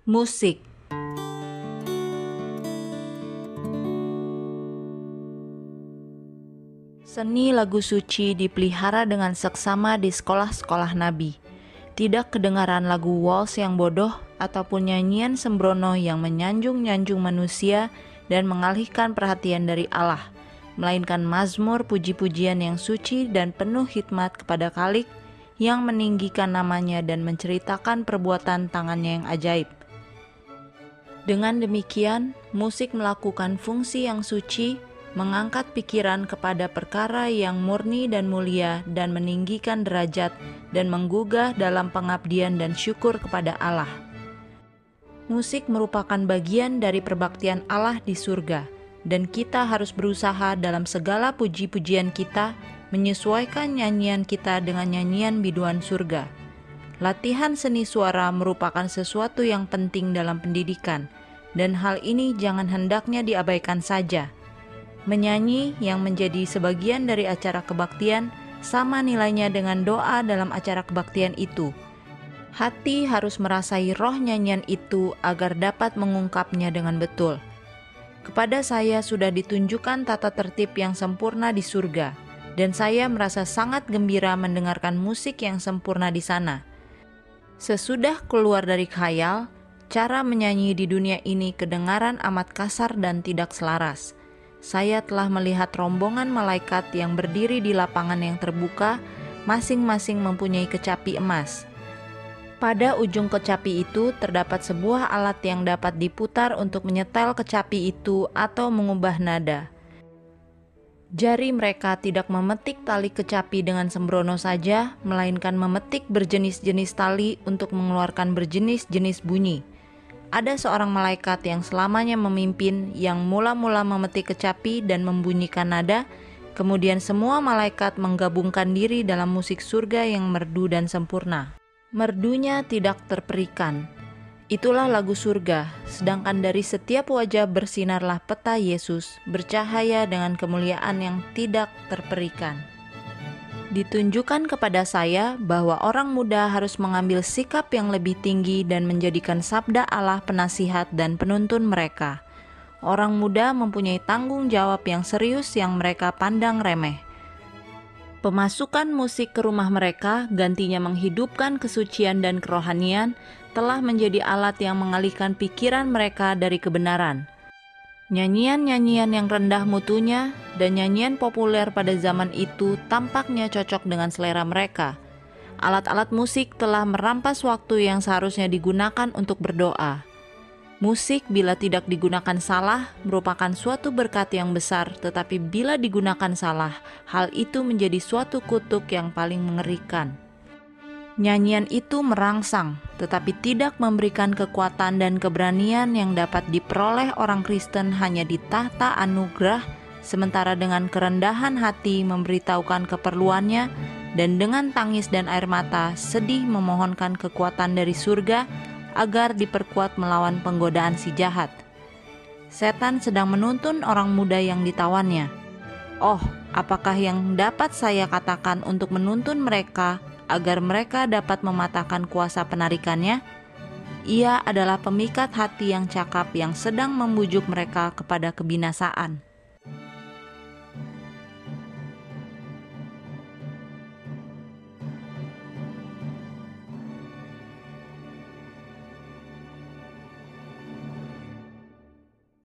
Musik. Seni lagu suci dipelihara dengan seksama di sekolah-sekolah nabi. Tidak kedengaran lagu waltz yang bodoh ataupun nyanyian sembrono yang menyanjung-nyanjung manusia dan mengalihkan perhatian dari Allah, melainkan mazmur puji-pujian yang suci dan penuh hikmat kepada Khalik yang meninggikan namanya dan menceritakan perbuatan tangannya yang ajaib. Dengan demikian, musik melakukan fungsi yang suci, mengangkat pikiran kepada perkara yang murni dan mulia dan meninggikan derajat dan menggugah dalam pengabdian dan syukur kepada Allah. Musik merupakan bagian dari perbaktian Allah di surga, dan kita harus berusaha dalam segala puji-pujian kita menyesuaikan nyanyian kita dengan nyanyian biduan surga. Latihan seni suara merupakan sesuatu yang penting dalam pendidikan, dan hal ini jangan hendaknya diabaikan saja. Menyanyi yang menjadi sebagian dari acara kebaktian sama nilainya dengan doa dalam acara kebaktian itu. Hati harus merasai roh nyanyian itu agar dapat mengungkapnya dengan betul. Kepada saya sudah ditunjukkan tata tertib yang sempurna di surga, dan saya merasa sangat gembira mendengarkan musik yang sempurna di sana. Sesudah keluar dari khayal, cara menyanyi di dunia ini kedengaran amat kasar dan tidak selaras. Saya telah melihat rombongan malaikat yang berdiri di lapangan yang terbuka, masing-masing mempunyai kecapi emas. Pada ujung kecapi itu terdapat sebuah alat yang dapat diputar untuk menyetel kecapi itu atau mengubah nada. Jari mereka tidak memetik tali kecapi dengan sembrono saja, melainkan memetik berjenis-jenis tali untuk mengeluarkan berjenis-jenis bunyi. Ada seorang malaikat yang selamanya memimpin, yang mula-mula memetik kecapi dan membunyikan nada, kemudian semua malaikat menggabungkan diri dalam musik surga yang merdu dan sempurna. Merdunya tidak terperikan. Itulah lagu surga, sedangkan dari setiap wajah bersinarlah peta Yesus, bercahaya dengan kemuliaan yang tidak terperikan. Ditunjukkan kepada saya bahwa orang muda harus mengambil sikap yang lebih tinggi dan menjadikan sabda Allah penasihat dan penuntun mereka. Orang muda mempunyai tanggung jawab yang serius yang mereka pandang remeh. Pemasukan musik ke rumah mereka gantinya menghidupkan kesucian dan kerohanian telah menjadi alat yang mengalihkan pikiran mereka dari kebenaran. Nyanyian-nyanyian yang rendah mutunya dan nyanyian populer pada zaman itu tampaknya cocok dengan selera mereka. Alat-alat musik telah merampas waktu yang seharusnya digunakan untuk berdoa. Musik bila tidak digunakan salah merupakan suatu berkat yang besar, tetapi bila digunakan salah, hal itu menjadi suatu kutuk yang paling mengerikan. Nyanyian itu merangsang, tetapi tidak memberikan kekuatan dan keberanian yang dapat diperoleh orang Kristen hanya di tahta anugerah, sementara dengan kerendahan hati memberitahukan keperluannya, dan dengan tangis dan air mata sedih memohonkan kekuatan dari surga agar diperkuat melawan penggodaan si jahat. Setan sedang menuntun orang muda yang ditawannya. Oh, apakah yang dapat saya katakan untuk menuntun mereka agar mereka dapat mematahkan kuasa penarikannya? Ia adalah pemikat hati yang cakap yang sedang membujuk mereka kepada kebinasaan.